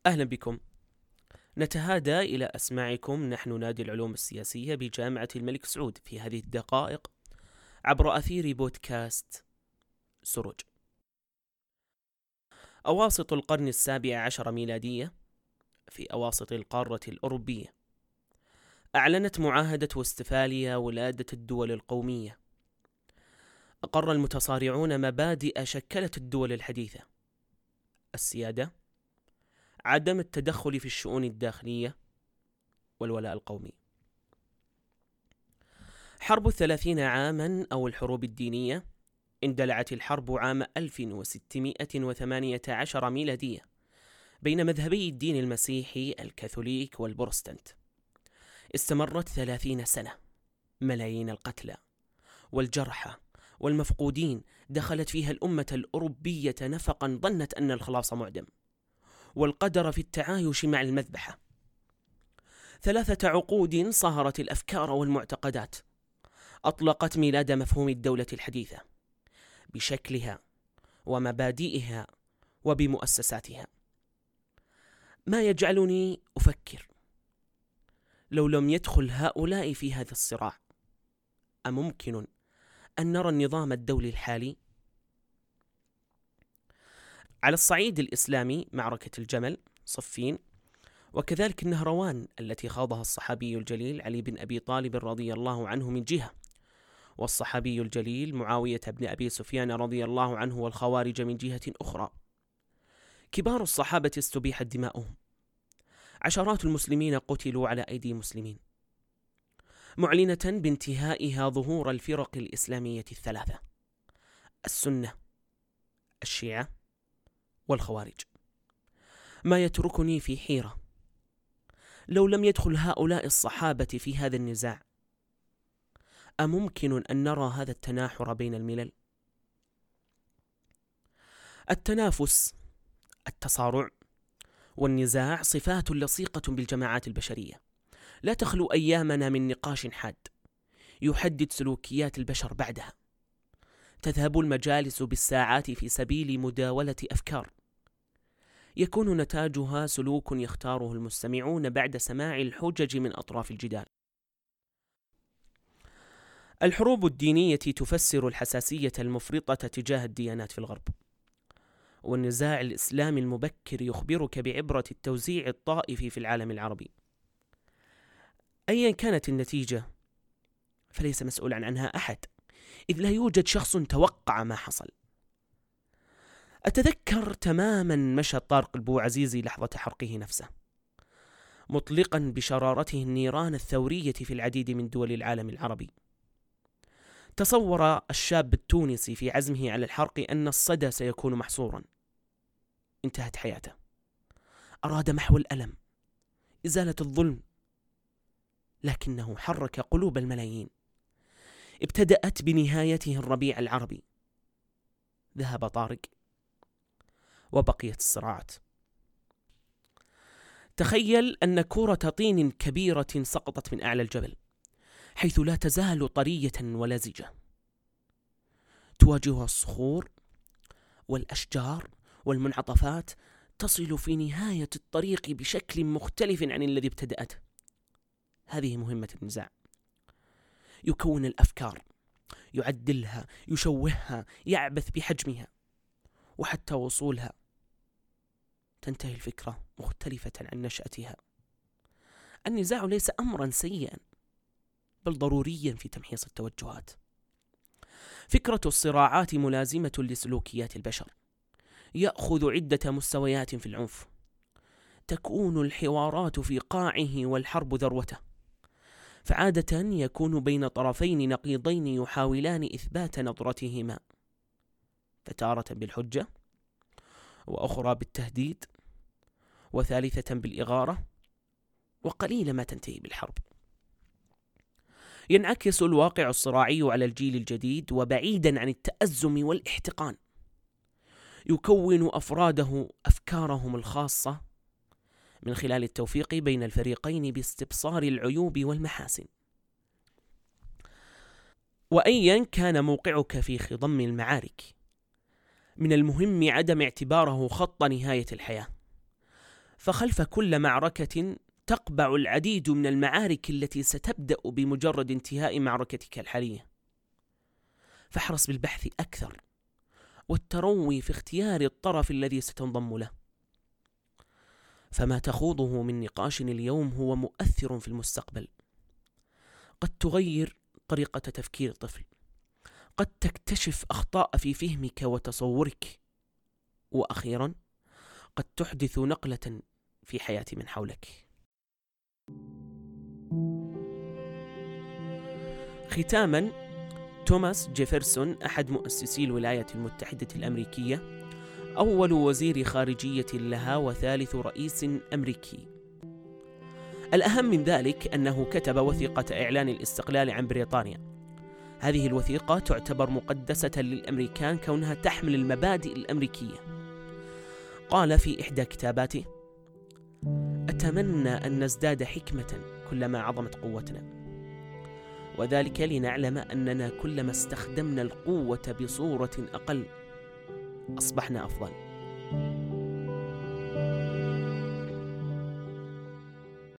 أهلا بكم. نتهادى إلى أسماعكم. نحن نادي العلوم السياسية بجامعة الملك سعود في هذه الدقائق عبر أثير بودكاست سروج. أواسط القرن 17 ميلادية، في أواسط القارة الأوروبية، أعلنت معاهدة وستفاليا ولادة الدول القومية. أقر المتصارعون مبادئ شكلت الدول الحديثة: السيادة، عدم التدخل في الشؤون الداخلية، والولاء القومي. حرب 30 عاما أو الحروب الدينية اندلعت الحرب عام 1618 ميلادية بين مذهبي الدين المسيحي الكاثوليك والبروتستانت. استمرت 30 سنة. ملايين القتلى والجرحى والمفقودين دخلت فيها الأمة الأوروبية نفقا ظنت أن الخلاص معدم، والقدر في التعايش مع المذبحة. 3 عقود صهرت الأفكار والمعتقدات، أطلقت ميلاد مفهوم الدولة الحديثة بشكلها ومبادئها وبمؤسساتها. ما يجعلني أفكر: لو لم يدخل هؤلاء في هذا الصراع، أممكن أن نرى النظام الدولي الحالي؟ على الصعيد الإسلامي، معركة الجمل، صفين، وكذلك النهروان التي خاضها الصحابي الجليل علي بن أبي طالب رضي الله عنه من جهة، والصحابي الجليل معاوية بن أبي سفيان رضي الله عنه والخوارج من جهة أخرى. كبار الصحابة استبيحت دماؤهم، عشرات المسلمين قتلوا على أيدي مسلمين، معلنة بانتهائها ظهور الفرق الإسلامية الثلاثة: السنة، الشيعة، والخوارج. ما يتركني في حيرة: لو لم يدخل هؤلاء الصحابة في هذا النزاع، أممكن أن نرى هذا التناحر بين الملل؟ التنافس، التصارع، والنزاع صفات لصيقة بالجماعات البشرية، لا تخلو أيامنا من نقاش حاد يحدد سلوكيات البشر بعدها. تذهب المجالس بالساعات في سبيل مداولة أفكار، يكون نتاجها سلوك يختاره المستمعون بعد سماع الحجج من أطراف الجدال. الحروب الدينية تفسر الحساسية المفرطة تجاه الديانات في الغرب، والنزاع الإسلامي المبكر يخبرك بعبرة التوزيع الطائفي في العالم العربي. أيا كانت النتيجة فليس مسؤولا عنها أحد، إذ لا يوجد شخص توقع ما حصل. أتذكر تماما مشهد طارق البوعزيزي لحظة حرقه نفسه، مطلقا بشرارته النيران الثورية في العديد من دول العالم العربي. تصور الشاب التونسي في عزمه على الحرق أن الصدى سيكون محصورا. انتهت حياته. أراد محو الألم، إزالة الظلم، لكنه حرك قلوب الملايين. ابتدأت بنهايته الربيع العربي، ذهب طارق وبقيت الصراعات. تخيل أن كرة طين كبيرة سقطت من أعلى الجبل، حيث لا تزال طرية ولزجة، تواجهها الصخور والأشجار والمنعطفات، تصل في نهاية الطريق بشكل مختلف عن الذي ابتدأته. هذه مهمة النزاع: يكون الأفكار، يعدلها، يشوهها، يعبث بحجمها، وحتى وصولها تنتهي الفكرة مختلفة عن نشأتها. النزاع ليس أمرا سيئا، بل ضروريا في تمحيص التوجهات. فكرة الصراعات ملازمة لسلوكيات البشر، يأخذ عدة مستويات في العنف. تكون الحوارات في قاعه والحرب ذروته، فعادة يكون بين طرفين نقيضين يحاولان إثبات نظرتهما، فتارة بالحجة، وأخرى بالتهديد، وثالثة بالإغارة، وقليل ما تنتهي بالحرب. ينعكس الواقع الصراعي على الجيل الجديد، وبعيدا عن التأزم والاحتقان يكون أفراده أفكارهم الخاصة من خلال التوفيق بين الفريقين باستبصار العيوب والمحاسن. وأيا كان موقعك في خضم المعارك، من المهم عدم اعتباره خط نهاية الحياة، فخلف كل معركة تقبع العديد من المعارك التي ستبدأ بمجرد انتهاء معركتك الحالية. فاحرص بالبحث أكثر والتروي في اختيار الطرف الذي ستنضم له، فما تخوضه من نقاش اليوم هو مؤثر في المستقبل. قد تغير طريقة تفكير الطفل، قد تكتشف أخطاء في فهمك وتصورك، وأخيرا قد تحدث نقلة في حياة من حولك. ختاما، توماس جيفرسون أحد مؤسسي الولايات المتحدة الأمريكية، أول وزير خارجية لها وثالث رئيس أمريكي. الأهم من ذلك أنه كتب وثيقة إعلان الاستقلال عن بريطانيا. هذه الوثيقة تعتبر مقدسة للأمريكان كونها تحمل المبادئ الأمريكية. قال في إحدى كتاباته: أتمنى أن نزداد حكمة كلما عظمت قوتنا، وذلك لنعلم أننا كلما استخدمنا القوة بصورة أقل أصبحنا أفضل.